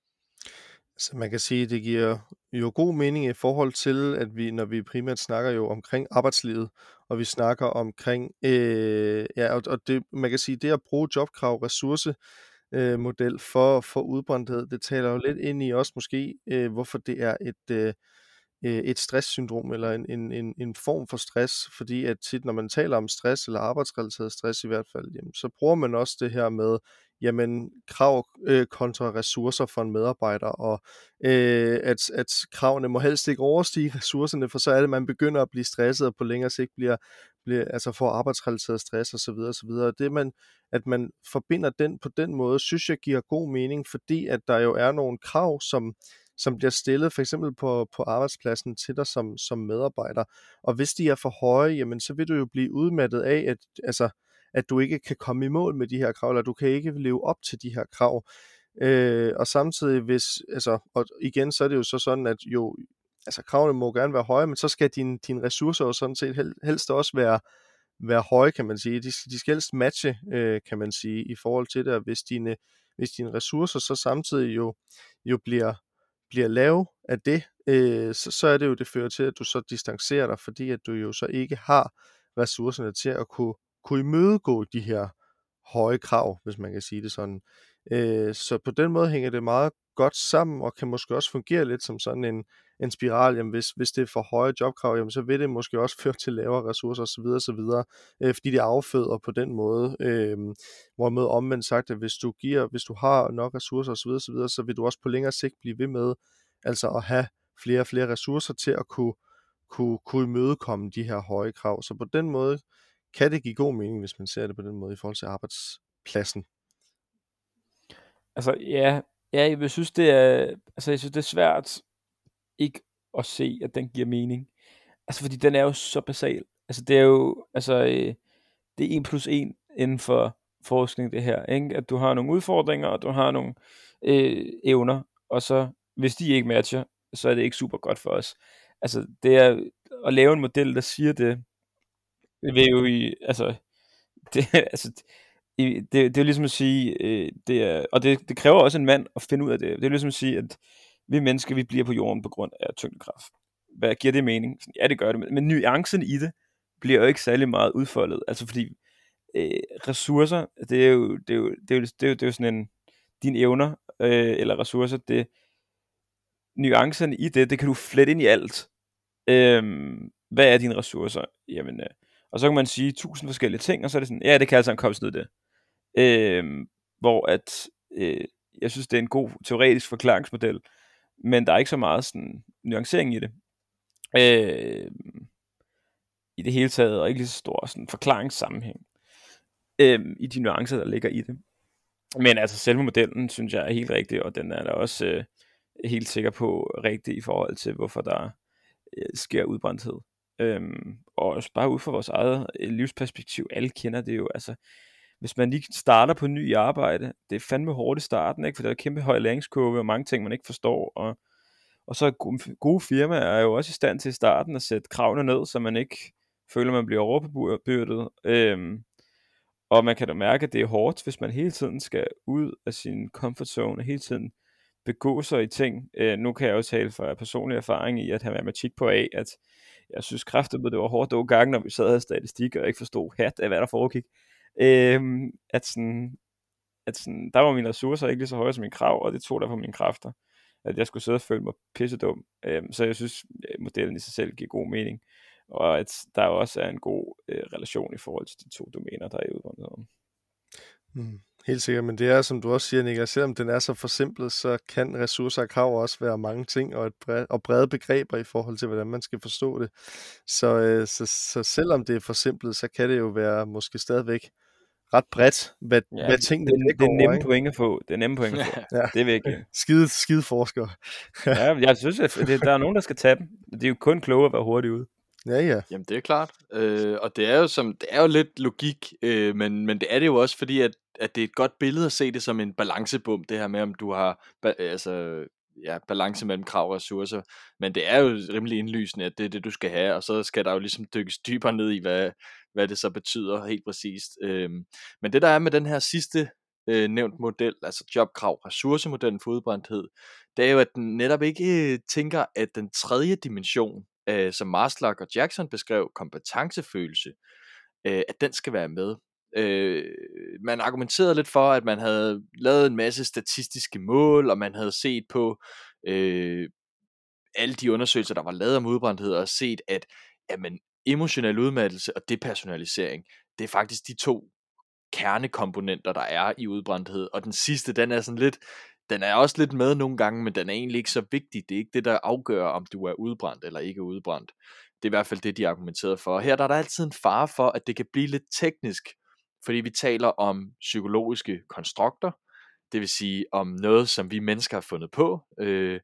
Så man kan sige, at det giver jo god mening i forhold til, at vi, når vi primært snakker jo omkring arbejdslivet, og vi snakker omkring, øh, ja, og, og det, man kan sige, det at bruge jobkrav, ressource, øh, model for, for udbrændthed, det taler jo lidt ind i også måske, øh, hvorfor det er et, øh, øh, et stresssyndrom, eller en, en, en, en form for stress, fordi at tit, når man taler om stress, eller arbejdsrelateret stress i hvert fald, jamen, så bruger man også det her med, jamen, krav øh, kontra ressourcer for en medarbejder, og øh, at, at kravene må helst ikke overstige ressourcerne, for så er det, at man begynder at blive stresset, og på længere sigt bliver, bliver altså får arbejdsrelateret stress osv. osv. Det, man, at man forbinder den på den måde, synes jeg giver god mening, fordi at der jo er nogle krav, som som bliver stillet for eksempel på, på arbejdspladsen til dig som, som medarbejder. Og hvis de er for høje, jamen så vil du jo blive udmattet af, at, altså, at du ikke kan komme i mål med de her krav, eller du kan ikke leve op til de her krav. Øh, og samtidig hvis, altså, og igen så er det jo så sådan, at jo, altså kravene må gerne være høje, men så skal dine din ressourcer jo sådan set hel, helst også være, være høje, kan man sige. De, de skal helst matche, øh, kan man sige, i forhold til det, og hvis dine, hvis dine ressourcer så samtidig jo, jo bliver bliver lav af det, øh, så, så er det jo, det fører til, at du så distancerer dig, fordi at du jo så ikke har ressourcerne til at kunne, kunne imødegå de her høje krav, hvis man kan sige det sådan. Øh, så på den måde hænger det meget godt sammen, og kan måske også fungere lidt som sådan en, en spiral. Jamen, hvis, hvis det er for høje jobkrav, jamen, så vil det måske også føre til lavere ressourcer osv. osv., øh, fordi det afføder på den måde. Øh, hvorimod omvendt sagt, at hvis du, giver, hvis du har nok ressourcer osv., osv., så vil du også på længere sigt blive ved med altså at have flere og flere ressourcer til at kunne, kunne, kunne imødekomme de her høje krav. Så på den måde kan det give god mening, hvis man ser det på den måde i forhold til arbejdspladsen. Altså, ja, ja, jeg synes, det er, altså, jeg synes, det er svært ikke at se, at den giver mening. Altså, fordi den er jo så basal. Altså, det er jo, altså, øh, det er en plus en inden for forskning, det her, ikke? At du har nogle udfordringer, og du har nogle øh, evner, og så, hvis de ikke matcher, så er det ikke super godt for os. Altså, det er at lave en model, der siger det, det vil jo i, altså, det, altså, i, det, det er jo ligesom at sige, øh, det er, og det, det kræver også en mand at finde ud af det. Det er jo ligesom at sige, at vi mennesker, vi bliver på jorden på grund af tyngdekraft. Hvad giver det mening? Ja, det gør det, men nuancen i det bliver jo ikke særlig meget udfoldet. Altså fordi øh, ressourcer, det er jo, det er jo, det er jo, det er jo, det er jo sådan en, dine evner, øh, eller ressourcer, det, nuancerne i det, det kan du flette ind i alt. Øhm, hvad er dine ressourcer? Jamen, øh, og så kan man sige tusind forskellige ting, og så er det sådan, ja, det kan altså komme sådan noget det. Øhm, hvor at, øh, jeg synes, det er en god teoretisk forklaringsmodel, men der er ikke så meget sådan nuancering i det. Øh, I det hele taget, og ikke lige så stor sådan forklaringssammenhæng øh, i de nuancer, der ligger i det. Men altså selve modellen, synes jeg er helt rigtig, og den er da også øh, helt sikker på rigtig i forhold til, hvorfor der øh, sker udbrændthed. Øhm, og også bare ud fra vores eget øh, livsperspektiv, alle kender det jo, altså hvis man lige starter på ny i arbejde, det er fandme hårdt i starten, ikke? For der er kæmpe høj læringskurve, og mange ting, man ikke forstår, og, og så gode, gode firmaer er jo også i stand til i starten at sætte kravene ned, så man ikke føler, man bliver overbebyrdet. Øhm, og man kan da mærke, at det er hårdt, hvis man hele tiden skal ud af sin comfort zone, hele tiden begå sig i ting. Øh, nu kan jeg jo tale fra personlig erfaring i at have matematik på A, at jeg synes kraftedeme, det var hårdt nogle gange, når vi sad og havde statistik, og ikke forstod hat af, hvad der foregik. Øh, at, sådan, at sådan, der var mine ressourcer ikke lige så høje som mine krav, og det tog der på mine kræfter. At jeg skulle sidde og føle mig pissedum. Øh, så jeg synes, modellen i sig selv giver god mening. Og at der også er en god øh, relation i forhold til de to domæner, der er i udbrændt. Mm, helt sikkert, men det er, som du også siger, Niklas, selvom den er så forsimplet, så kan ressourcer og krav også være mange ting, og, et brede, og brede begreber i forhold til, hvordan man skal forstå det. Så, øh, så, så selvom det er forsimplet, så kan det jo være måske stadigvæk ret bredt, hvad, ja, hvad tingene det, dækker det er over, nemme ikke? point at få. Det er nemme point at få. Ja. Det er virkelig. Skide, skide forskere. Ja, jeg synes, at det, der er nogen, der skal tage dem. Det er jo kun kloge at være hurtigt ude. Ja, ja. Jamen det er klart, øh, og det er jo som det er jo lidt logik, øh, men men det er det jo også fordi at at det er et godt billede at se det som en balancebom, det her med om du har ba- altså ja balance mellem krav og ressourcer, men det er jo rimelig indlysende at det er det du skal have, og så skal der jo ligesom dykkes dybere ned i hvad hvad det så betyder helt præcist. Øh, men det der er med den her sidste øh, nævnt model, altså jobkrav ressourcemodellen for udbrændthed, det er jo at den netop ikke øh, tænker at den tredje dimension, øh, som Maslach og Jackson beskrev, kompetencefølelse, øh, at den skal være med. Øh, man argumenterede lidt for, at man havde lavet en masse statistiske mål, og man havde set på øh, alle de undersøgelser, der var lavet om udbrændthed, og set, at jamen, emotionel udmattelse og depersonalisering, det er faktisk de to kernekomponenter, der er i udbrændthed, og den sidste, den er sådan lidt, den er også lidt med nogle gange, men den er egentlig ikke så vigtig. Det er ikke det, der afgør, om du er udbrændt eller ikke udbrændt. Det er i hvert fald det, de argumenterede for. Og her der er der altid en fare for, at det kan blive lidt teknisk, fordi vi taler om psykologiske konstrukter, det vil sige om noget, som vi mennesker har fundet på, øh,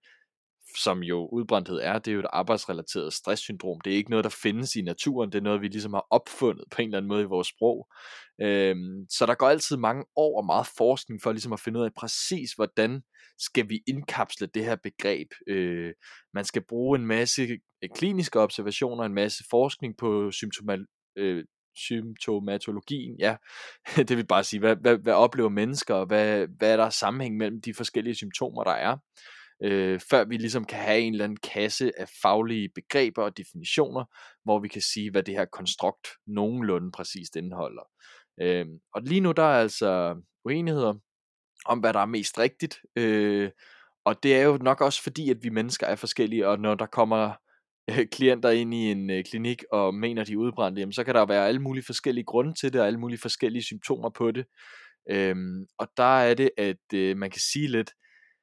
som jo udbrændthed er, det er jo et arbejdsrelateret stresssyndrom. Det er ikke noget, der findes i naturen, det er noget, vi ligesom har opfundet på en eller anden måde i vores sprog. Øhm, så der går altid mange år og meget forskning for ligesom at finde ud af præcis, hvordan skal vi indkapsle det her begreb. Øh, man skal bruge en masse kliniske observationer, en masse forskning på symptomal, øh, symptomatologien, ja, det vil bare sige, hvad, hvad, hvad oplever mennesker, og hvad, hvad er der sammenhæng mellem de forskellige symptomer, der er, øh, før vi ligesom kan have en eller anden kasse af faglige begreber og definitioner, hvor vi kan sige, hvad det her konstrukt nogenlunde præcist indeholder. Øh, og lige nu der er altså uenigheder om, hvad der er mest rigtigt, øh, og det er jo nok også fordi, at vi mennesker er forskellige, og når der kommer øh, klienter ind i en øh, klinik og mener, de er udbrændte, jamen, så kan der være alle mulige forskellige grunde til det, og alle mulige forskellige symptomer på det. Øhm, og der er det, at øh, man kan sige lidt,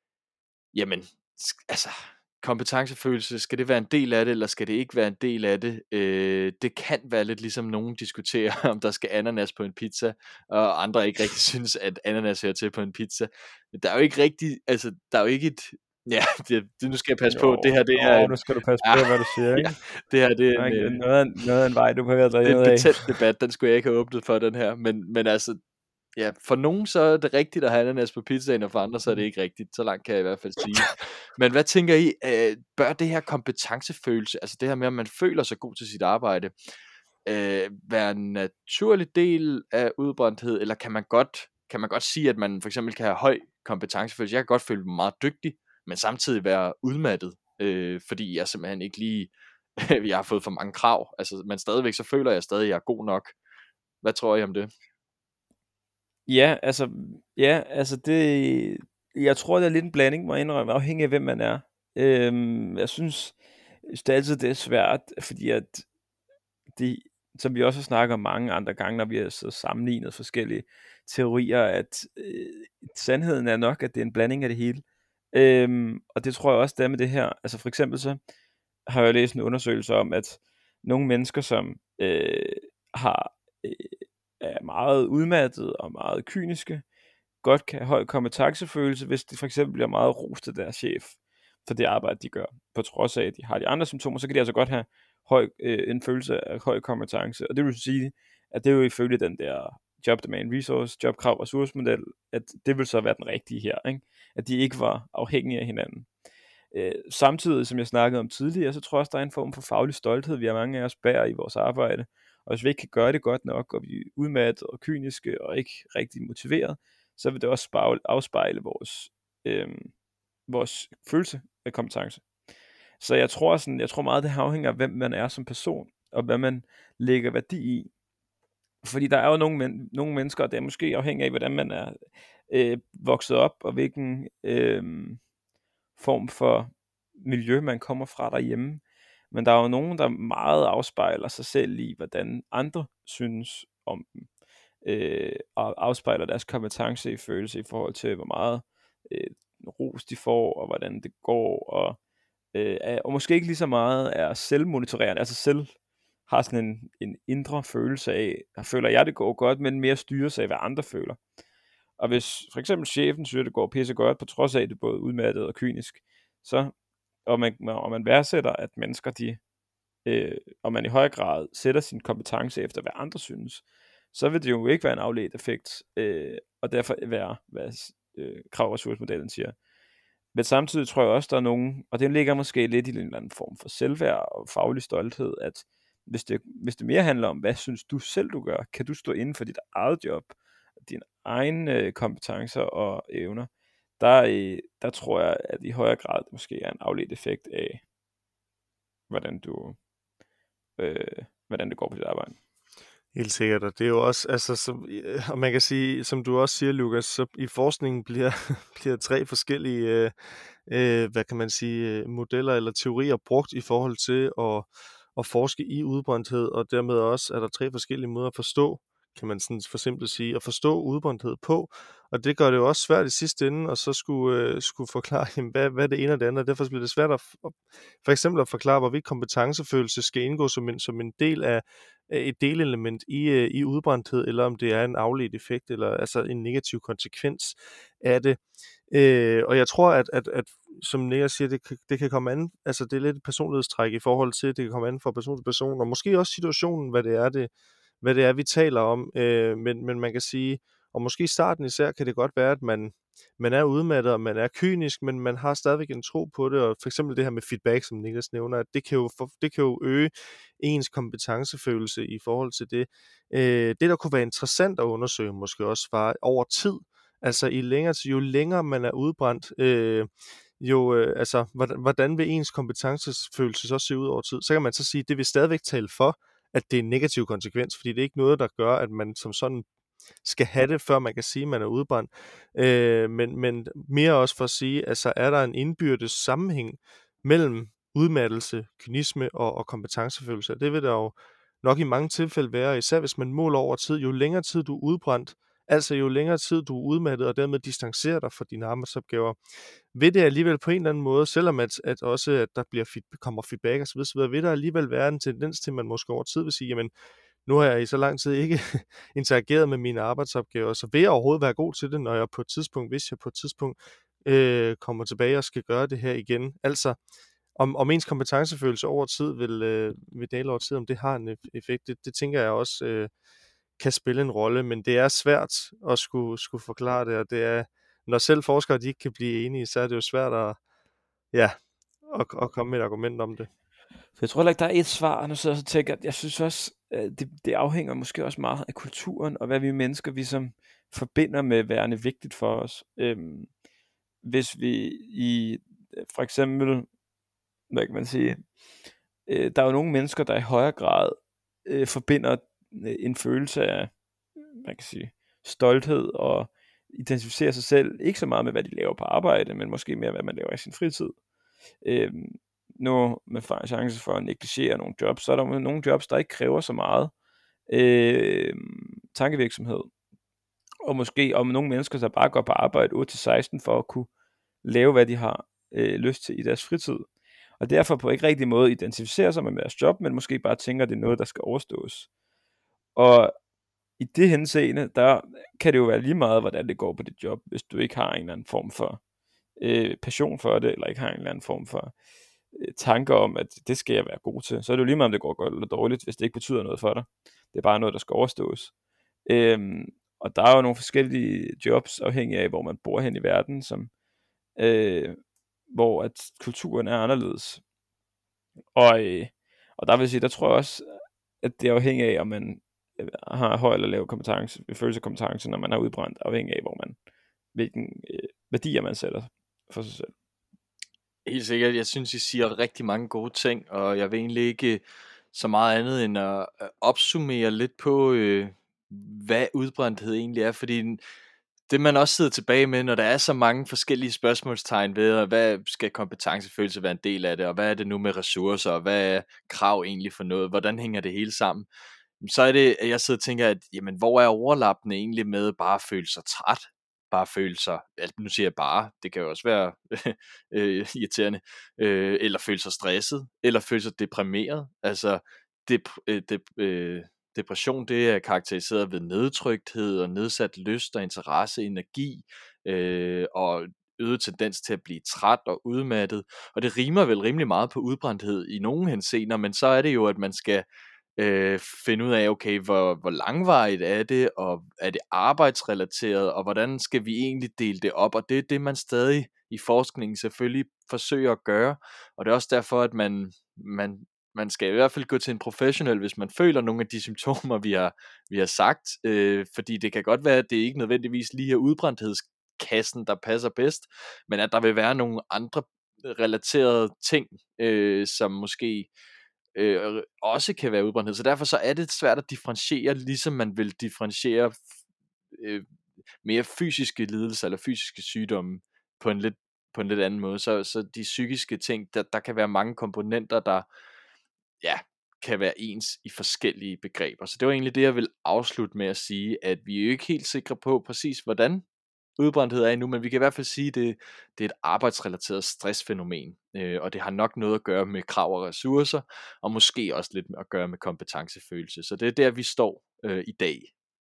jamen, sk- altså, kompetencefølelse, skal det være en del af det, eller skal det ikke være en del af det? Øh, det kan være lidt ligesom nogen diskuterer, om der skal ananas på en pizza, og andre ikke rigtig synes, at ananas hører til på en pizza. Men der er jo ikke rigtig, altså, der er jo ikke et, ja, det, det, nu skal jeg passe Jo, på, det her, det jo, er, nu skal du passe ja, på, hvad du siger, ikke? ja, det her, det er Der er en, ikke øh, noget, af- noget af en vej, du behøver at det er ned en af. betændt debat, den skulle jeg ikke have åbnet for, den her, men, men altså, ja, for nogen så er det rigtigt at have ananas på pizzaen, og for andre så er det ikke rigtigt. Så langt kan jeg i hvert fald sige. Men hvad tænker I, øh, bør det her kompetencefølelse, altså det her med, at man føler sig god til sit arbejde, øh, være en naturlig del af udbrændthed, eller kan man godt, kan man godt sige, at man for eksempel kan have høj kompetencefølelse? Jeg kan godt føle mig meget dygtig, men samtidig være udmattet, øh, fordi jeg simpelthen ikke lige, jeg har fået for mange krav. Altså, men stadigvæk så føler jeg stadig, at jeg er god nok. Hvad tror I om det? Ja, altså, ja, altså det, jeg tror, det er lidt en blanding, må jeg indrømme, afhængig af, hvem man er. Øhm, jeg synes, jeg synes det er altid, det er svært, fordi at det, som vi også har snakket om mange andre gange, når vi har så sammenlignet forskellige teorier, at øh, sandheden er nok, at det er en blanding af det hele. Øhm, og det tror jeg også, det er med det her. Altså for eksempel så har jeg læst en undersøgelse om, at nogle mennesker, som øh, har øh, er meget udmattede og meget kyniske, godt kan have høj kompetencefølelse, hvis de for eksempel bliver meget rost af deres chef for det arbejde, de gør. På trods af, at de har de andre symptomer, så kan de altså godt have høj, øh, en følelse af høj kompetence. Og det vil sige, at det er jo ifølge den der job domain resource, jobkrav ressourcemodel, at det vil så være den rigtige her, ikke? At de ikke var afhængige af hinanden. Øh, samtidig, som jeg snakkede om tidligere, så tror jeg også, der er en form for faglig stolthed, vi har mange af os bærer i vores arbejde. Og hvis vi ikke kan gøre det godt nok, og vi er udmattet og kyniske og ikke rigtig motiveret, så vil det også afspejle vores, øh, vores følelse af kompetence. Så jeg tror, sådan, jeg tror meget, det afhænger af, hvem man er som person, og hvad man lægger værdi i. Fordi der er jo nogle, men, nogle mennesker, og det er måske afhængig af, hvordan man er øh, vokset op, og hvilken øh, form for miljø, man kommer fra derhjemme. Men der er jo nogen, der meget afspejler sig selv i, hvordan andre synes om dem. Øh, og afspejler deres kompetence i følelse i forhold til, hvor meget øh, ros de får, og hvordan det går, og, øh, og måske ikke lige så meget er selvmonitorerende, altså selv har sådan en, en indre følelse af, der føler jeg, det går godt, men mere styres af, hvad andre føler. Og hvis for eksempel chefen synes, det går pisse godt, på trods af, at det er både udmattet og kynisk, så, og man, og man værdsætter, at mennesker, de, øh, og man i høj grad sætter sin kompetence efter, hvad andre synes, så vil det jo ikke være en afledt effekt, øh, og derfor være, hvad øh, kravressourcemodellen siger. Men samtidig tror jeg også, der er nogen, og det ligger måske lidt i en eller anden form for selvværd og faglig stolthed, at hvis det, hvis det mere handler om, hvad synes du selv, du gør, kan du stå inden for dit eget job, dine egne øh, kompetencer og evner, der, øh, der tror jeg, at i højere grad det måske er en afledt effekt af, hvordan du, øh, hvordan det går på dit arbejde. Helt sikkert, og det er jo også, altså, som, og man kan sige, som du også siger, Lukas, så i forskningen bliver, bliver tre forskellige, øh, øh, hvad kan man sige, modeller eller teorier brugt i forhold til at, at forske i udbrændthed, og dermed også er der tre forskellige måder at forstå, kan man sådan for simpelt sige, at forstå udbrændthed på, og det gør det jo også svært i sidste ende, og så skulle, øh, skulle forklare, jamen, hvad, hvad det ene og det andet, og derfor bliver det svært at, for eksempel at forklare, hvorvidt kompetencefølelse skal indgå som en, som en del af et delelement i, i udbrændthed, eller om det er en afledt effekt, eller altså en negativ konsekvens af det. Øh, og jeg tror, at, at, at som Nia siger, det, det kan komme an, altså det er lidt et personlighedstræk i forhold til, det kan komme an fra person til person, og måske også situationen, hvad det er, det, hvad det er vi taler om, øh, men, men man kan sige, og måske i starten især kan det godt være, at man, man er udmattet, og man er kynisk, men man har stadigvæk en tro på det, og for eksempel det her med feedback, som Niklas nævner, at det kan jo, for, det kan jo øge ens kompetencefølelse i forhold til det. Øh, det, der kunne være interessant at undersøge måske også, var over tid, altså i længere tid, jo længere man er udbrændt, øh, jo, øh, altså, hvordan, hvordan vil ens kompetencefølelse så se ud over tid? Så kan man så sige, at det vil stadigvæk tale for, at det er en negativ konsekvens, fordi det er ikke noget, der gør, at man som sådan skal have det, før man kan sige, at man er udbrændt. Øh, men, men mere også for at sige, altså er der en indbyrdes sammenhæng mellem udmattelse, kynisme og, og kompetencefølelse. Det vil der jo nok i mange tilfælde være, især hvis man måler over tid. Jo længere tid du er udbrændt, altså jo længere tid du er udmattet, og dermed distancerer dig fra dine arbejdsopgaver, vil det alligevel på en eller anden måde, selvom at, at også at der bliver feed, kommer feedback osv., så vil der alligevel være en tendens til, at man måske over tid vil sige, jamen, nu har jeg i så lang tid ikke interageret med mine arbejdsopgaver, så vil jeg overhovedet være god til det, når jeg på et tidspunkt, hvis jeg på et tidspunkt øh, kommer tilbage og skal gøre det her igen. Altså, om, om ens kompetencefølelse over tid vil, øh, vil dale over tid, om det har en effekt, det, det tænker jeg også øh, kan spille en rolle, men det er svært at skulle, skulle forklare det, og det er, når selv forskere de ikke kan blive enige, så er det jo svært at, ja, at, at komme med et argument om det. For jeg tror heller ikke, der er et svar, nu så jeg tænker, jeg synes også, det, det afhænger måske også meget af kulturen, og hvad vi mennesker, vi som forbinder med værende vigtigt for os. Øhm, hvis vi i, for eksempel, hvad kan man sige, øh, der er jo nogle mennesker, der i højere grad øh, forbinder en følelse af, man kan sige, stolthed og identificerer sig selv, ikke så meget med, hvad de laver på arbejde, men måske mere, hvad man laver i sin fritid. Øhm, nu med chance for at negligere nogle jobs, så er der nogle jobs, der ikke kræver så meget øh, tankevirksomhed. Og måske om nogle mennesker, der bare går på arbejde otte til seksten for at kunne lave, hvad de har øh, lyst til i deres fritid. Og derfor på ikke rigtig måde identificere sig med deres job, men måske bare tænker, at det er noget, der skal overstås. Og i det henseende, der kan det jo være lige meget, hvordan det går på dit job, hvis du ikke har en eller anden form for øh, passion for det, eller ikke har en eller anden form for øh, tanker om, at det skal jeg være god til. Så er det jo lige meget, om det går godt eller dårligt, hvis det ikke betyder noget for dig. Det er bare noget, der skal overstås. Øhm, og der er jo nogle forskellige jobs, afhængig af, hvor man bor hen i verden, som, øh, hvor at kulturen er anderledes. Og, øh, og der vil jeg sige, der tror jeg også, at det er afhængig af, om man har høj eller lav kompetence, følelseskompetence, når man er udbrændt, afhængig af, hvor man, hvilken øh, værdier man sætter for sig selv. Helt sikkert. Jeg synes, I siger rigtig mange gode ting, og jeg vil egentlig ikke så meget andet end at at opsummere lidt på, øh, hvad udbrændthed egentlig er. Fordi det man også sidder tilbage med, når der er så mange forskellige spørgsmålstegn ved, og hvad skal kompetencefølelse være en del af det, og hvad er det nu med ressourcer, og hvad er krav egentlig for noget, hvordan hænger det hele sammen, så er det, at jeg sidder og tænker, at jamen, hvor er overlappende egentlig med bare at føle sig træt, bare føle sig, altså nu siger jeg bare, det kan jo også være øh, irriterende, øh, eller føle sig stresset, eller føle sig deprimeret, altså dep, øh, dep, øh, depression, det er karakteriseret ved nedtrykthed og nedsat lyst og interesse, energi øh, og øget tendens til at blive træt og udmattet, og det rimer vel rimelig meget på udbrændthed i nogle henseender, men så er det jo, at man skal øh, finde ud af, okay, hvor, hvor langvarigt er det, og er det arbejdsrelateret, og hvordan skal vi egentlig dele det op, og det er det, man stadig i forskningen selvfølgelig forsøger at gøre, og det er også derfor, at man, man, man skal i hvert fald gå til en professionel, hvis man føler nogle af de symptomer, vi har, vi har sagt, øh, fordi det kan godt være, at det ikke nødvendigvis lige er udbrændthedskassen, der passer bedst, men at der vil være nogle andre relaterede ting, øh, som måske øh, også kan være udbrændthed. Så derfor så er det svært at differentiere, ligesom man vil differentiere øh, mere fysiske lidelser eller fysiske sygdomme på en lidt, på en lidt anden måde. Så, så de psykiske ting, der, der kan være mange komponenter, der ja, kan være ens i forskellige begreber. Så det var egentlig det, jeg vil afslutte med at sige, at vi er jo ikke helt sikre på præcis, hvordan udbrændthed er endnu, men vi kan i hvert fald sige, at det, det er et arbejdsrelateret stressfænomen, øh, og det har nok noget at gøre med krav og ressourcer, og måske også lidt at gøre med kompetencefølelse. Så det er der, vi står øh, i dag.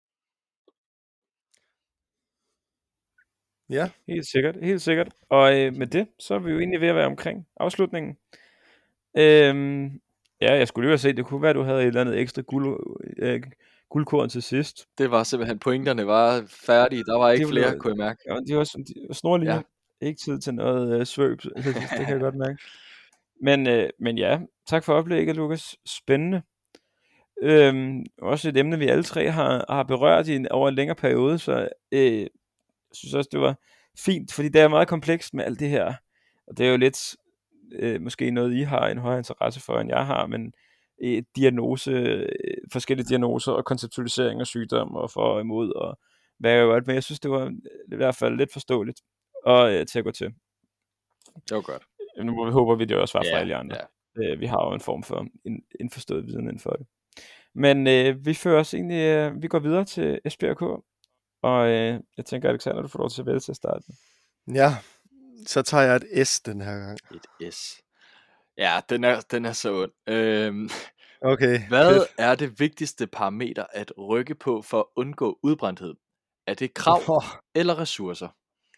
Ja. Helt sikkert, helt sikkert. Og øh, med det, så er vi jo egentlig ved at være omkring afslutningen. Øhm, ja, jeg skulle lige have set, det kunne være, at du havde et eller andet ekstra guld, øh, guldkorn til sidst. Det var simpelthen, pointerne var færdige, der var ikke Det flere, var- kunne jeg mærke. Ja, de var, de var snorlige. Ja. Ja. Ikke tid til noget øh, svøb, til sidst, det kan jeg godt mærke. Men, øh, men ja, tak for oplægget, Lukas. Spændende. Øhm, også et emne, vi alle tre har, har berørt i en, over en længere periode, så øh, jeg synes også, det var fint, fordi det er meget komplekst med alt det her. Og det er jo lidt øh, måske noget, I har en højere interesse for, end jeg har, men øh, diagnose, øh, forskellige diagnoser og konceptualisering af sygdom og for og imod, og hvad er jo alt, men jeg synes, det var i hvert fald lidt forståeligt og øh, til at gå til. Det var godt. Nu håber vi, det også var for Ja, alle andre. ja. Øh, vi har jo en form for en indforstået viden inden for det. Men øh, vi fører os egentlig, øh, vi går videre til Esbjerg K, og øh, jeg tænker, Alexander, du får lov til at vælge til at starte. Ja, så tager jeg et S den her gang. Et S. Ja, den er, den er så ond. Øhm, Okay, hvad fedt. er det vigtigste parameter at rykke på for at undgå udbrændthed? Er det krav Oh, eller ressourcer?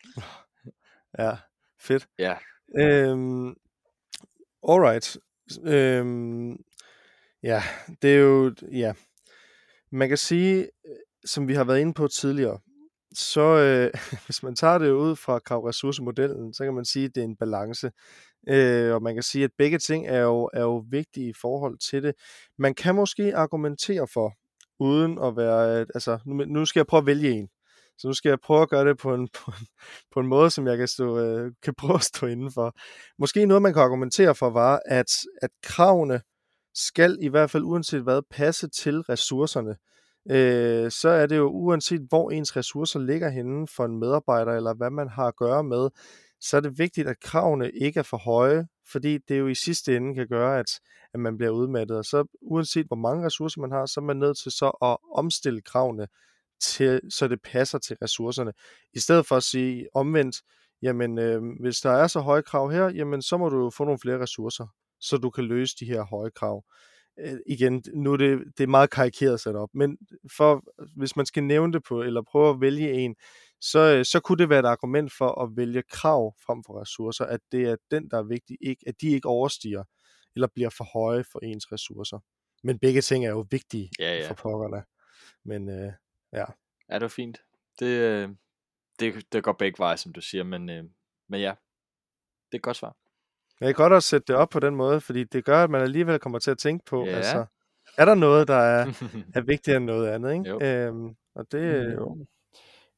ja, fedt. Ja, Øhm, alright. Øhm, ja, det er jo, ja. Man kan sige, øh, som vi har været inde på tidligere, så øh, hvis man tager det ud fra krav-ressourcemodellen, så kan man sige, at det er en balance. Øh, og man kan sige, at begge ting er jo, er jo vigtige i forhold til det. Man kan måske argumentere for, uden at være, altså nu, nu skal jeg prøve at vælge en. Så nu skal jeg prøve at gøre det på en, på en, på en måde, som jeg kan, stå, øh, kan prøve at stå indenfor. Måske noget, man kan argumentere for, var, at, at kravene skal i hvert fald uanset hvad passe til ressourcerne. Øh, så er det jo uanset hvor ens ressourcer ligger henne for en medarbejder, eller hvad man har at gøre med, så er det vigtigt, at kravene ikke er for høje, fordi det jo i sidste ende kan gøre, at, at man bliver udmattet. Og så uanset hvor mange ressourcer man har, så er man nødt til så at omstille kravene, til, så det passer til ressourcerne. I stedet for at sige omvendt, jamen øh, hvis der er så høje krav her, jamen så må du få nogle flere ressourcer, så du kan løse de her høje krav. Øh, igen, nu er det, det er meget karikeret sat op, men for, hvis man skal nævne det på, eller prøve at vælge en, så, så kunne det være et argument for at vælge krav frem for ressourcer, at det er den, der er vigtig, ikke, at de ikke overstiger, eller bliver for høje for ens ressourcer. Men begge ting er jo vigtige ja, ja. for pokkerne. Men øh, ja. Ja, det var fint. Det, øh, det, det går begge veje, som du siger, men, øh, men ja, det er et godt svar. Jeg kan godt også sætte det op på den måde, fordi det gør, at man alligevel kommer til at tænke på, Ja. altså, er der noget, der er, er vigtigere end noget andet, ikke? Jo. Øhm, og det, Jo.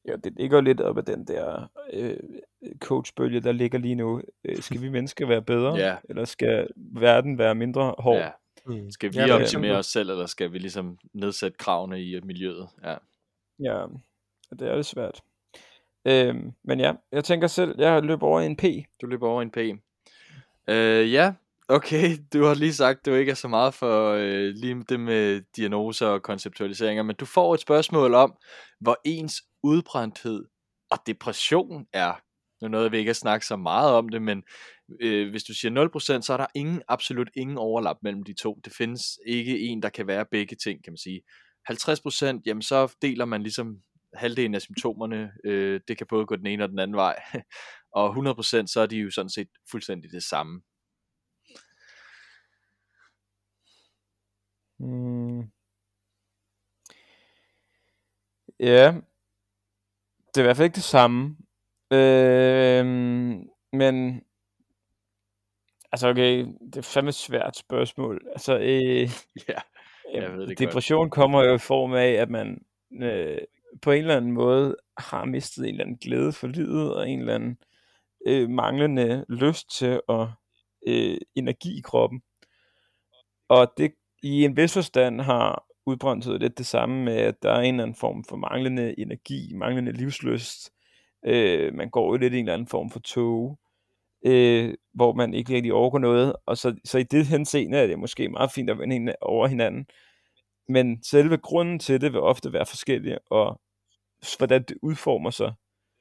Ja, det ligger jo lidt op ad den der øh, coachbølge, der ligger lige nu. Øh, skal vi mennesker være bedre, Ja, eller skal verden være mindre hård? ja. Mm. Skal vi Ja, men optimere eksempel. os selv, eller skal vi ligesom nedsætte kravene i øh, miljøet? Ja. Ja, det er lidt svært. Øhm, men ja, jeg tænker selv, jeg løber over i en P. Du løber over i en P. Øh, ja, okay. Du har lige sagt, du ikke er så meget for øh, lige det med diagnoser og konceptualiseringer, men du får et spørgsmål om, hvor ens udbrændthed og depression er. Nu nåede vi ikke at snakke så meget om det, men øh, hvis du siger nul procent, så er der ingen, absolut ingen overlap mellem de to. Det findes ikke en, der kan være begge ting, kan man sige. halvtreds procent, jamen så deler man ligesom halvdelen af symptomerne. Øh, det kan både gå den ene og den anden vej. Og hundrede procent, så er de jo sådan set fuldstændig det samme. Hmm. Ja, det er i hvert fald ikke det samme. Øhm, men altså okay, det er fandme et svært spørgsmål. Altså, øh, Ja, jeg ved det godt. depression kommer jo i form af, at man øh, på en eller anden måde har mistet en eller anden glæde for livet, og en eller anden øh, manglende lyst til at øh, energi i kroppen. Og det i en vis forstand har udbrændthed lidt det samme med, at der er en eller anden form for manglende energi, manglende livslyst. Øh, man går jo lidt i en eller anden form for tog, øh, hvor man ikke rigtig overgår noget. Og så, så i det henseende er det måske meget fint at vende over hinanden. Men selve grunden til det vil ofte være forskellige, og hvordan det udformer sig.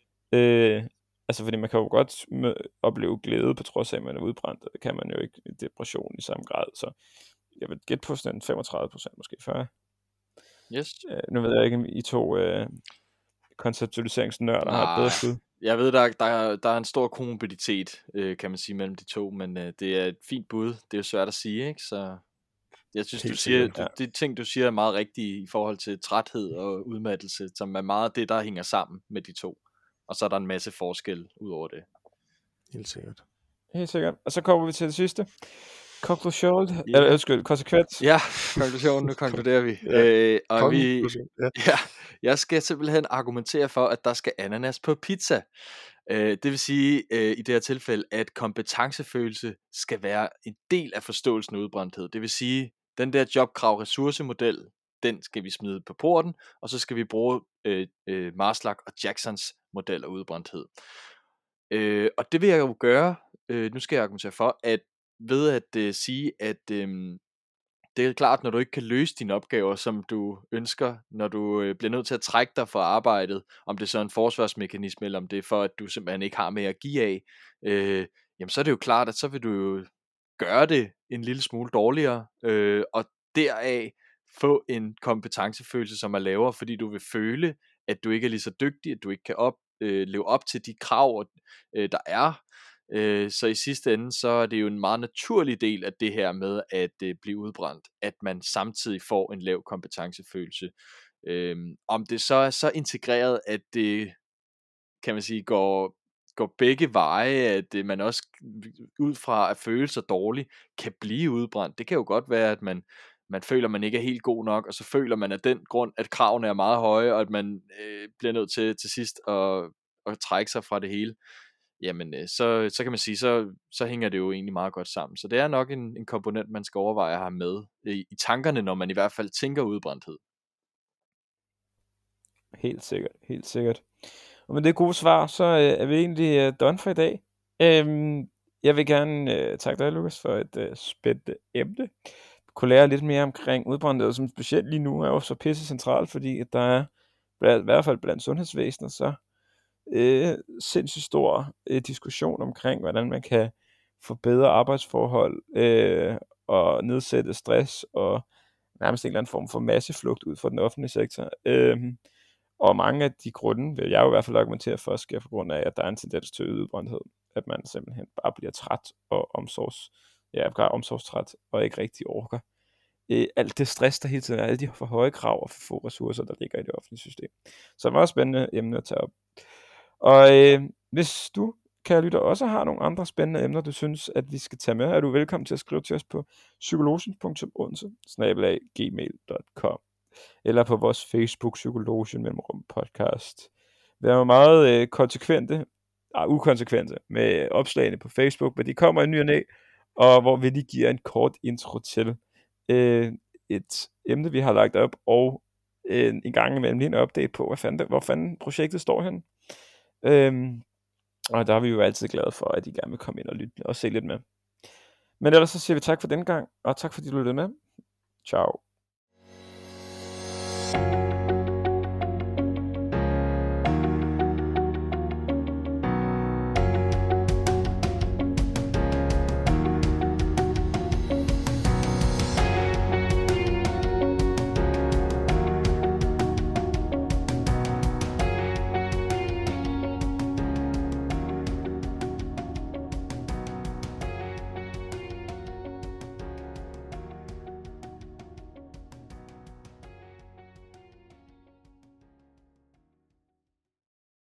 Øh, altså fordi man kan jo godt opleve glæde på trods af, at man er udbrændt, og det kan man jo ikke i depression i samme grad. Så jeg vil gætte på sådan femogtredive procent, måske fyrre. Yes. Øh, nu ved jeg ikke, om I to øh, konceptualiseringsnørder har et bedre skud. Jeg ved, der, der, der er en stor komorbiditet, øh, kan man sige, mellem de to, men øh, det er et fint bud. Det er jo svært at sige, ikke? Så jeg synes, Helt du siger, sikkert, du, ja. de ting, du siger, er meget rigtige i forhold til træthed og udmattelse, som er meget det, der hænger sammen med de to. Og så er der en masse forskel ud over det. Helt sikkert. Helt sikkert. Og så kommer vi til det sidste. Konklusion. Ja. Eller undskyld, konsekvens. Ja, konklusionen, nu konkluderer vi. Ja, øh, og vi Konklusion, ja. ja, jeg skal simpelthen argumentere for, at der skal ananas på pizza. Øh, det vil sige øh, i det her tilfælde, at kompetencefølelse skal være en del af forståelsen af udbrændthed. Det vil sige, den der jobkrav-ressourcemodel, den skal vi smide på porten, og så skal vi bruge øh, øh, Maslach og Jacksons model af udbrændthed. Øh, og det vil jeg jo gøre, øh, nu skal jeg argumentere for, at ved at øh, sige, at øh, det er klart, når du ikke kan løse dine opgaver, som du ønsker, når du øh, bliver nødt til at trække dig fra arbejdet, om det er så en forsvarsmekanisme, eller om det er for, at du simpelthen ikke har mere at give af, øh, jamen så er det jo klart, at så vil du jo gøre det en lille smule dårligere, øh, og deraf få en kompetencefølelse, som er lavere, fordi du vil føle, at du ikke er lige så dygtig, at du ikke kan op, øh, leve op til de krav, øh, der er. Øh, så i sidste ende, så er det jo en meget naturlig del af det her med at øh, blive udbrændt, at man samtidig får en lav kompetencefølelse. Øh, om det så er så integreret, at det, kan man sige, går, går begge veje, at øh, man også ud fra at føle sig dårlig, kan blive udbrændt. Det kan jo godt være, at man, man føler, at man ikke er helt god nok, og så føler man af den grund, at kravene er meget høje, og at man øh, bliver nødt til til sidst at, at trække sig fra det hele. Jamen øh, så, så kan man sige, så, så hænger det jo egentlig meget godt sammen. Så det er nok en, en komponent, man skal overveje at have med i, i tankerne, når man i hvert fald tænker udbrændthed. Helt sikkert, helt sikkert. Og med det gode svar, så øh, er vi egentlig uh, done for i dag. Øhm, jeg vil gerne uh, takke dig, Lukas, for et uh, spændende emne. Du kunne lære lidt mere omkring udbrændthed, som specielt lige nu er jo så pisse centralt, fordi at der er, i hvert fald blandt sundhedsvæsenet, så øh, sindssygt stor øh, diskussion omkring, hvordan man kan forbedre arbejdsforhold øh, og nedsætte stress og nærmest en eller anden form for masseflugt ud fra den offentlige sektor. Øh, og mange af de grunde vil jeg jo i hvert fald argumentere for, sker på grund af, at der er en tendens til øget udbrændthed. At man simpelthen bare bliver træt og omsorgs, ja, bare omsorgstræt og ikke rigtig orker. Øh, alt det stress, der hele tiden er, alle de for høje krav og for få ressourcer, der ligger i det offentlige system. Så det er meget spændende emne at tage op. Og øh, hvis du, kære lytter, også har nogle andre spændende emner, du synes, at vi skal tage med, er du velkommen til at skrive til os på psykologen punktum odense bindestreg gmail punktum com eller på vores Facebook Psykologen Mellemrum Podcast. være meget øh, konsekvente, ah, ukonsekvente med opslagene på Facebook, men de kommer i ny og næ, og hvor vi lige giver en kort intro til øh, et emne, vi har lagt op, og øh, en gang imellem lige en update på, hvad fanden, hvor fanden projektet står hen. Øhm, og der er vi jo altid glade for, at I gerne vil komme ind og lytte og se lidt med. Men ellers så siger vi tak for den gang, og tak fordi du lyttede med. Ciao.